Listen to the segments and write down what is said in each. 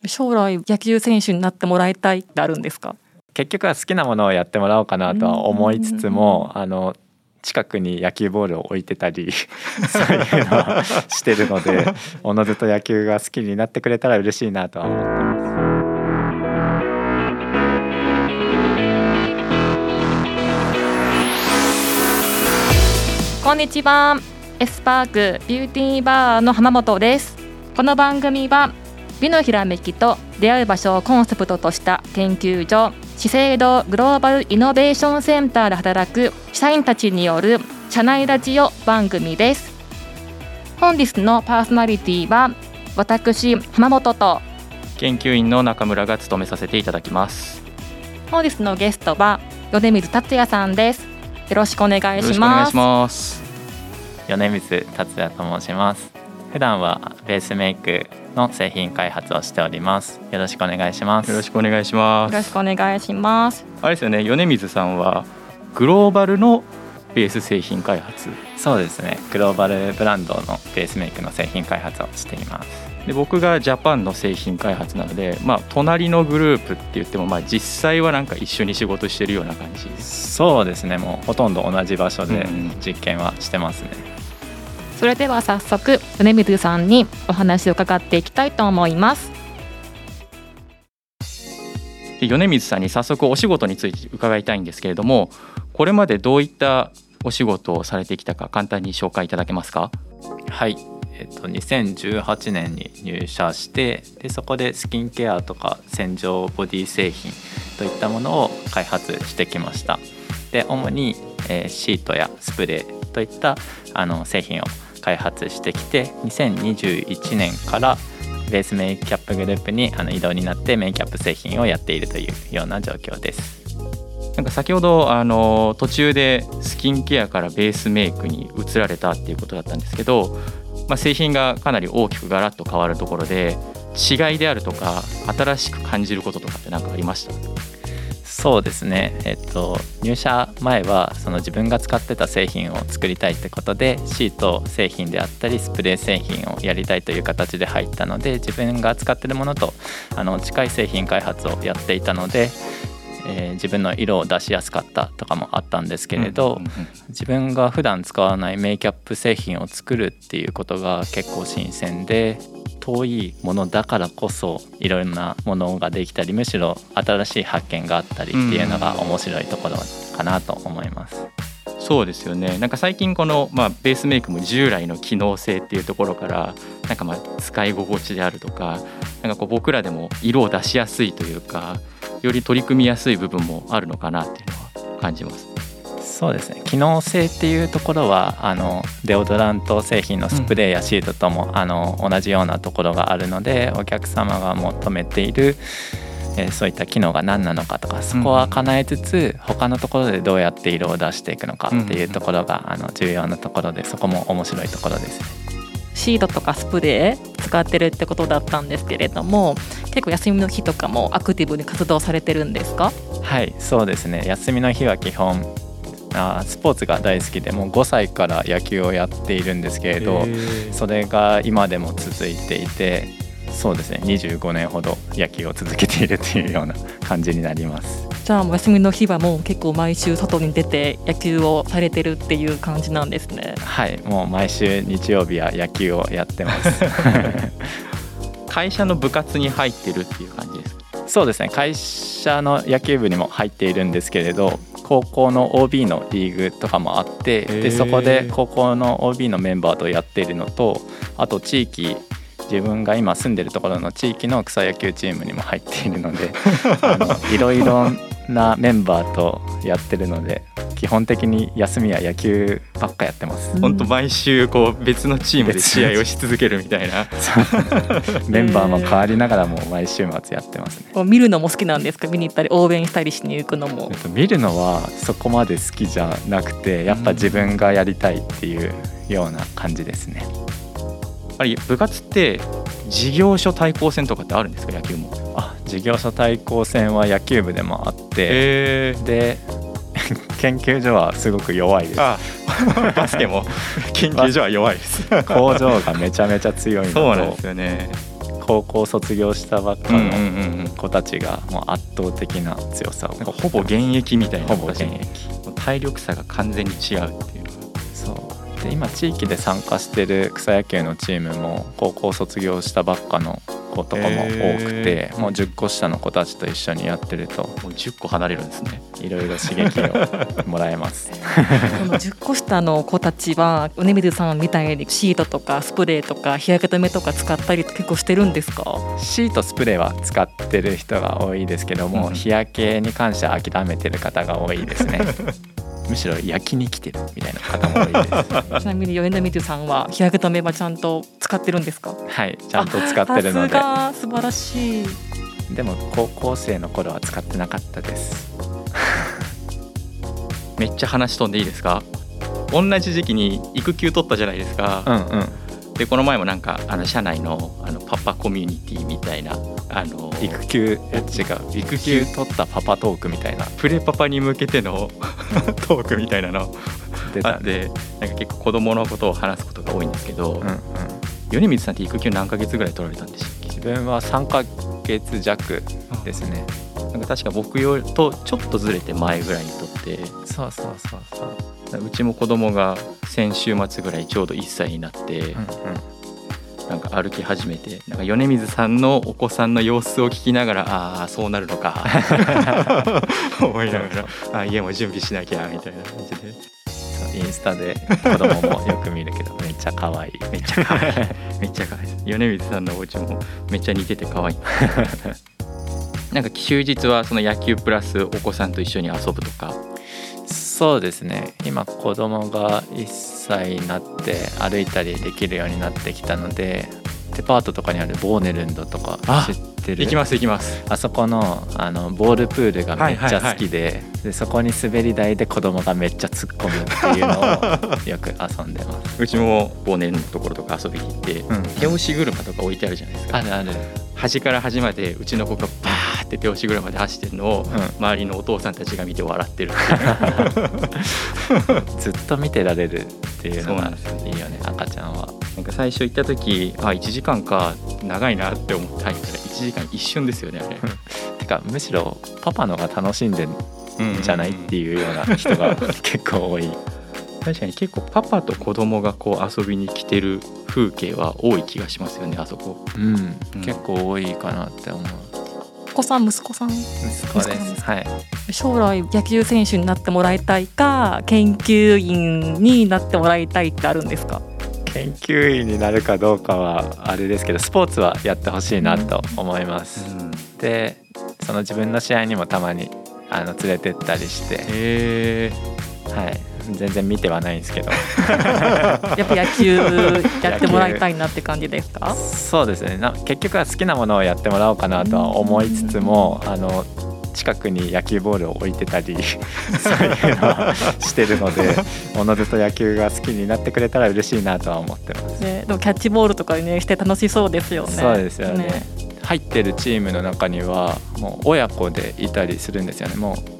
将来野球選手になってもらいたいってあるんですか？ 結局は好きなものをやってもらおうかなとは思いつつも、近くに野球ボールを置いてたりそういうのはしてるのでおのずと野球が好きになってくれたら嬉しいなとは思ってます。 こんにちは。エスパークビューティーバーの浜本です。この番組は美のひらめきと出会う場所をコンセプトとした研究所資生堂グローバルイノベーションセンターで働く社員たちによる社内ラジオ番組です。本日のパーソナリティは私浜本と研究員の中村が務めさせていただきます。 本日のゲストは米水達也さんです。よろしくお願いします。 よろしくお願いします。 米水達也と申します。普段はベースメイクの製品開発をしております。よろしくお願いします。 よろしくお願いします。 よろしくお願いします。 あれですよね、米水さんはグローバルのベース製品開発。 そうですね、グローバルブランドのベースメイクの製品開発をしています。 で僕がジャパンの製品開発なので、隣のグループって言っても、実際はなんか一緒に仕事してるような感じ。 そうですね、もうほとんど同じ場所で実験はしてますね。 それでは早速米水さんにお話を伺っていきたいと思います。 で米水さんに早速お仕事について伺いたいんですけれども、これまでどういったお仕事をされてきたか簡単に紹介いただけますか？ はい、2018年に入社して、でそこでスキンケアとか洗浄ボディ製品といったものを開発してきました。で主に、シートやスプレーといった製品を開発してきて、2021年からベースメイキャップグループに異動になってメイキャップ製品をやっているというような状況です。 なんか先ほど途中でスキンケアからベースメイクに移られたっていうことだったんですけど、製品がかなり大きくガラッと変わるところで違いであるとか新しく感じることとかって何かありました？ そうですね、入社前はその自分が使ってた製品を作りたいってことでシート製品であったりスプレー製品をやりたいという形で入ったので、自分が使ってるものと近い製品開発をやっていたので、自分の色を出しやすかったとかもあったんですけれど、自分が普段使わないメイキャップ製品を作るっていうことが結構新鮮で、遠いものだからこそいろんなものができたり、むしろ新しい発見があったりっていうのが面白いところかなと思います。 そうですよね。なんか最近この、ベースメイクも従来の機能性っていうところからなんか使い心地であるとか、なんかこう僕らでも色を出しやすいというか、より取り組みやすい部分もあるのかなっていうのは感じます。 そうですね、機能性っていうところはデオドラント製品のスプレーやシートとも同じようなところがあるので、お客様が求めているそういった機能が何なのかとか、そこは叶えつつ他のところでどうやって色を出していくのかっていうところが重要なところで、そこも面白いところですね。 シートとかスプレー使ってるってことだったんですけれども、結構休みの日とかもアクティブに活動されてるんですか？ はい、そうですね、休みの日は基本スポーツが大好きで、もう5歳から野球をやっているんですけれど、それが今でも続いていて、そうですね、25年ほど野球を続けているというような感じになります。 じゃあもう休みの日はもう結構毎週外に出て野球をされてるっていう感じなんですね。 はい、もう毎週日曜日は野球をやってます会社の部活に入ってるっていう感じですか？ そうですね、会社の野球部にも入っているんですけれど、高校の OB のリーグとかもあって、でそこで高校の OB のメンバーとやっているのと、あと地域、自分が今住んでるところの地域の草野球チームにも入っているのでいろいろなメンバーとやってるので、基本的に休みは野球ばっかやってます。 本当毎週こう別のチームで試合をし続けるみたいなメンバーも変わりながらも毎週末やってますね。 見るのも好きなんですか？見に行ったり応援したりしに行くのも。 見るのはそこまで好きじゃなくて、やっぱ自分がやりたいっていうような感じですね。 部活って事業所対抗戦とかってあるんですか？野球も。 事業所対抗戦は野球部でもあって、で研究所はすごく弱いです。 バスケも研究所は弱いです工場がめちゃめちゃ強いのと、 そうなんですよね。 高校卒業したばっかの子たちがもう圧倒的な強さを、 なんかほぼ現役みたいな、 ほぼ現役、 体力差が完全に違うっていう。 そうで、今地域で参加してる草野球のチームも高校卒業したばっかの子とかも多くて、もう10個下の子たちと一緒にやってるともう10個離れるんですね。 いろいろ刺激をもらえますこの10個下の子たちは米水さんみたいにシートとかスプレーとか日焼け止めとか使ったり結構してるんですか？ シートスプレーは使ってる人が多いですけども、日焼けに関しては諦めてる方が多いですねむしろ焼きに来てるみたいな方も多いですちなみに米水さんは日焼け止めはちゃんと使ってるんですか？ はい、ちゃんと使ってるので。 さすが、素晴らしい。 でも高校生の頃は使ってなかったですめっちゃ話飛んでいいですか？同じ時期に育休取ったじゃないですか。でこの前もなんか社内のパパコミュニティみたいな育休育休取ったパパトークみたいな、 プレパパに向けてのトークみたいなの出たで、なんか結構子供のことを話すことが多いんですけど、米水さんって育休何ヶ月ぐらい取られたんでしたっけ？ 自分は3ヶ月弱ですね。 なんか確か僕よりとちょっとずれて前ぐらいに取って、 そううちも子供が先週末ぐらいちょうど1歳になって、なんか歩き始めて、なんか米水さんのお子さんの様子を聞きながら、ああそうなるのか思いながら、家も準備しなきゃみたいな感じで、 インスタで子供もよく見るけどめっちゃ可愛いめっちゃ可愛いめっちゃ可愛いです。米水さんのお家もめっちゃ似てて可愛いなんか休日はその野球プラスお子さんと一緒に遊ぶとか？ そうですね、今子供が1歳になって歩いたりできるようになってきたので、デパートとかにあるボーネルンドとか知ってる？ 行きます行きます。 あそこのボールプールがめっちゃ好きで、でそこに滑り台で子供がめっちゃ突っ込むっていうのをよく遊んでますうちもボーネルンドのところとか遊びに行って、手押し車とか置いてあるじゃないですか。 あるある。 端から端までうちの子がバーって手押し車で走ってるのを、周りのお父さんたちが見て笑ってるずっと見てられるっていうのがいいよね、赤ちゃんは。 なんか最初行った時1時間か長いなって思って入ったら1時間一瞬ですよねあれてかむしろパパのが楽しんでんじゃないっていうような人が結構多い確かに結構パパと子供がこう遊びに来てる風景は多い気がしますよねあそこ。 結構多いかなって思う。 息子さん息子です。はい。 将来野球選手になってもらいたいか研究員になってもらいたいってあるんですか？ 研究員になるかどうかはあれですけど、スポーツはやってほしいなと思います。でその自分の試合にもたまに連れてったりして、はい、全然見てはないんですけどやっぱ野球やってもらいたいなって感じですか？ そうですね、結局は好きなものをやってもらおうかなとは思いつつも、近くに野球ボールを置いてたりそういうのはしてるのでおのずと野球が好きになってくれたら嬉しいなとは思ってます、 ね、でもキャッチボールとかねして楽しそうですよね。 そうですよね。入ってるチームの中にはもう親子でいたりするんですよね。もう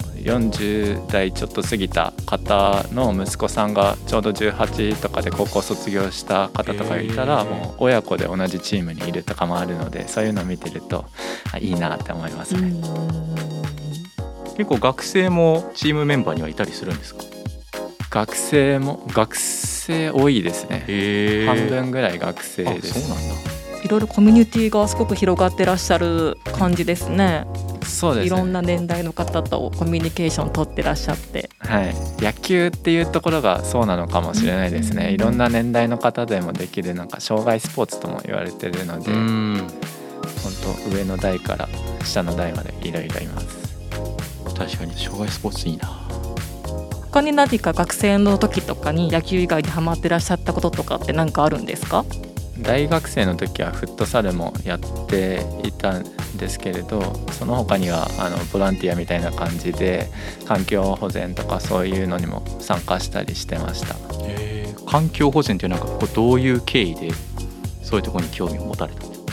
40代ちょっと過ぎた方の息子さんがちょうど18とかで高校卒業した方とかいたら、もう親子で同じチームにいるとかもあるので、そういうのを見てるといいなって思いますね。 結構学生もチームメンバーにはいたりするんですか？ 学生多いですね。半分ぐらい学生です。 そうなんだ。 いろいろコミュニティがすごく広がってらっしゃる感じですね。 そうですね。 いろんな年代の方とコミュニケーション取ってらっしゃって、 はい、野球っていうところがそうなのかもしれないですね。いろんな年代の方でもできるなんか障害スポーツとも言われてるので、本当上の代から下の代までいろいろいます。 確かに障害スポーツいいな。 他に何か学生の時とかに野球以外にハマってらっしゃったこととかって何かあるんですか？ 大学生の時はフットサルもやっていたんですけれど、その他にはボランティアみたいな感じで環境保全とかそういうのにも参加したりしてました。 環境保全っていうなんかどういう経緯でそういうところに興味を持たれたんですか？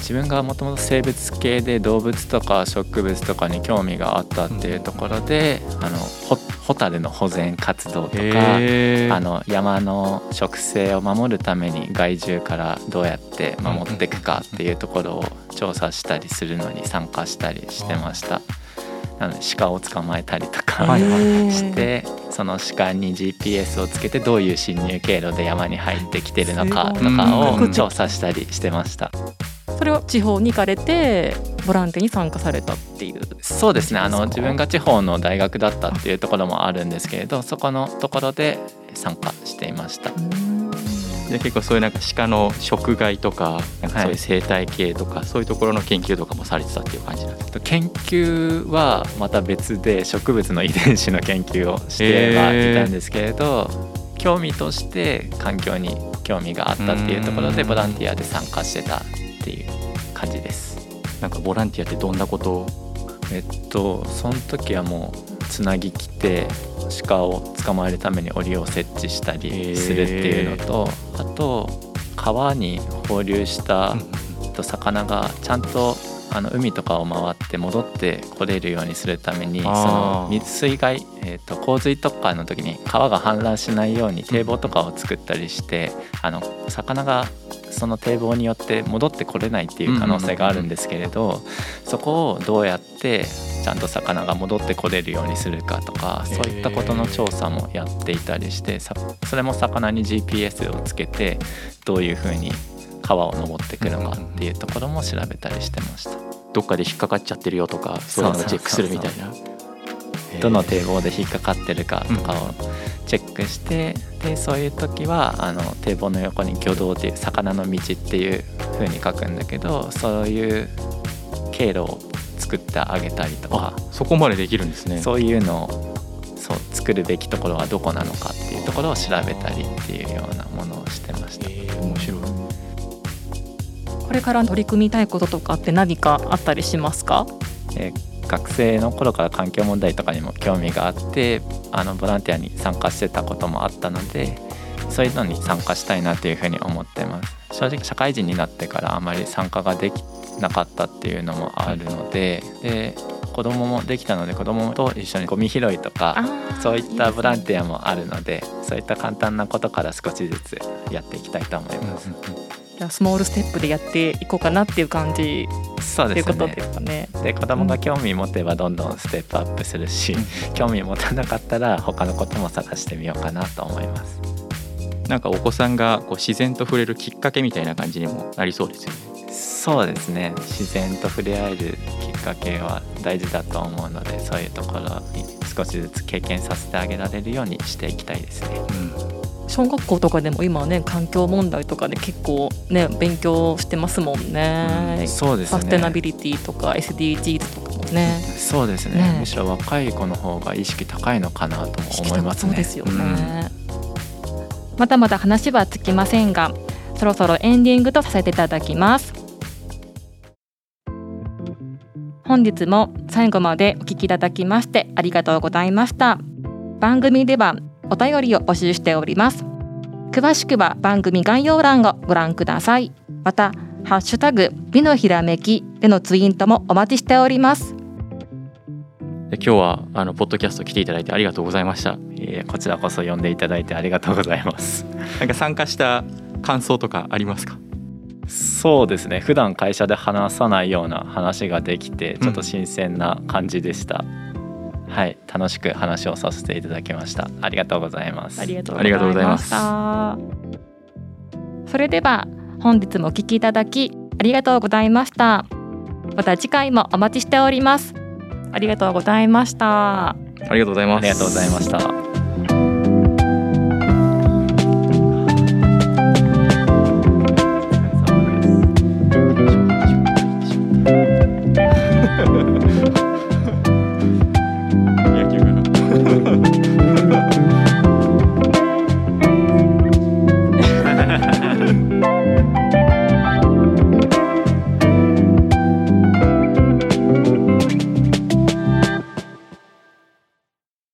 自分がもともと生物系で動物とか植物とかに興味があったっていうところで、ホタルの保全活動とか山の植生を守るために害獣からどうやって守っていくかっていうところを調査したりするのに参加したりしてました。なので鹿を捕まえたりとかして、その鹿に GPS をつけてどういう侵入経路で山に入ってきてるのかとかを調査したりしてました。 それを地方に行かれてボランティアに参加されたっていう。 そうですね、自分が地方の大学だったっていうところもあるんですけれど、そこのところで参加していました。 で結構そういうなんか鹿の食害とか、なんかそういう生態系とか、そういうところの研究とかもされてたっていう感じなんですか？ 研究はまた別で植物の遺伝子の研究をしてはいたんですけれど、興味として環境に興味があったっていうところでボランティアで参加してたっていう感じです。 なんかボランティアってどんなことを？ その時はもうつなぎきて鹿を捕まえるために檻を設置したりするっていうのと、あと川に放流した魚がちゃんと海とかを回って戻ってこれるようにするために、その水害、洪水とかの時に川が氾濫しないように堤防とかを作ったりして、魚がその堤防によって戻ってこれないっていう可能性があるんですけれど、そこをどうやってちゃんと魚が戻ってこれるようにするかとか、そういったことの調査もやっていたりして、それも魚に GPS をつけてどういうふうに川を登ってくるのかっていうところも調べたりしてました。 どっかで引っかかっちゃってるよとか、そういうのをチェックするみたいな。 どの堤防で引っかかってるかとかをチェックして、でそういう時は堤防の横に魚道っていう魚の道っていう風に書くんだけど、そういう経路を作ってあげたりとか。 そこまでできるんですね。 そういうのを作るべきところはどこなのかっていうところを調べたりっていうようなものをしてました。 面白い。 これから取り組みたいこととかって何かあったりしますか？ 学生の頃から環境問題とかにも興味があって、ボランティアに参加してたこともあったので、そういうのに参加したいなというふうに思ってます。正直社会人になってからあまり参加ができなかったっていうのもあるので、子供もできたので子供と一緒にゴミ拾いとかそういったボランティアもあるので、そういった簡単なことから少しずつやっていきたいと思います。 じゃあスモールステップでやっていこうかなっていう感じ。 そうですね。 ということですかね。 で子供が興味持てばどんどんステップアップするし、興味持たなかったら他のことも探してみようかなと思います。 なんかお子さんが自然と触れるきっかけみたいな感じにもなりそうですよね。 そうですね、自然と触れ合えるきっかけは大事だと思うので、そういうところに少しずつ経験させてあげられるようにしていきたいですね。 小学校とかでも今ね、環境問題とかで結構ね勉強してますもんね。 そうですね。 サステナビリティとか SDGs とかもね。 そうですね。むしろ若い子の方が意識高いのかなとも思いますね。 そうですよね。まだまだ話は尽きませんが、そろそろエンディングとさせていただきます。本日も最後までお聞きいただきましてありがとうございました。番組ではお便りを募集しております。詳しくは番組概要欄をご覧ください。またハッシュタグ美のひらめきでのツイートもお待ちしております。 今日はポッドキャスト来ていただいてありがとうございました。 こちらこそ呼んでいただいてありがとうございます。 なんか参加した感想とかありますか？ そうですね、普段会社で話さないような話ができてちょっと新鮮な感じでした。はい、楽しく話をさせていただきました。ありがとうございます。 ありがとうございました。それでは本日もお聞きいただきありがとうございました。また次回もお待ちしております。ありがとうございました。 ありがとうございます。 ありがとうございました。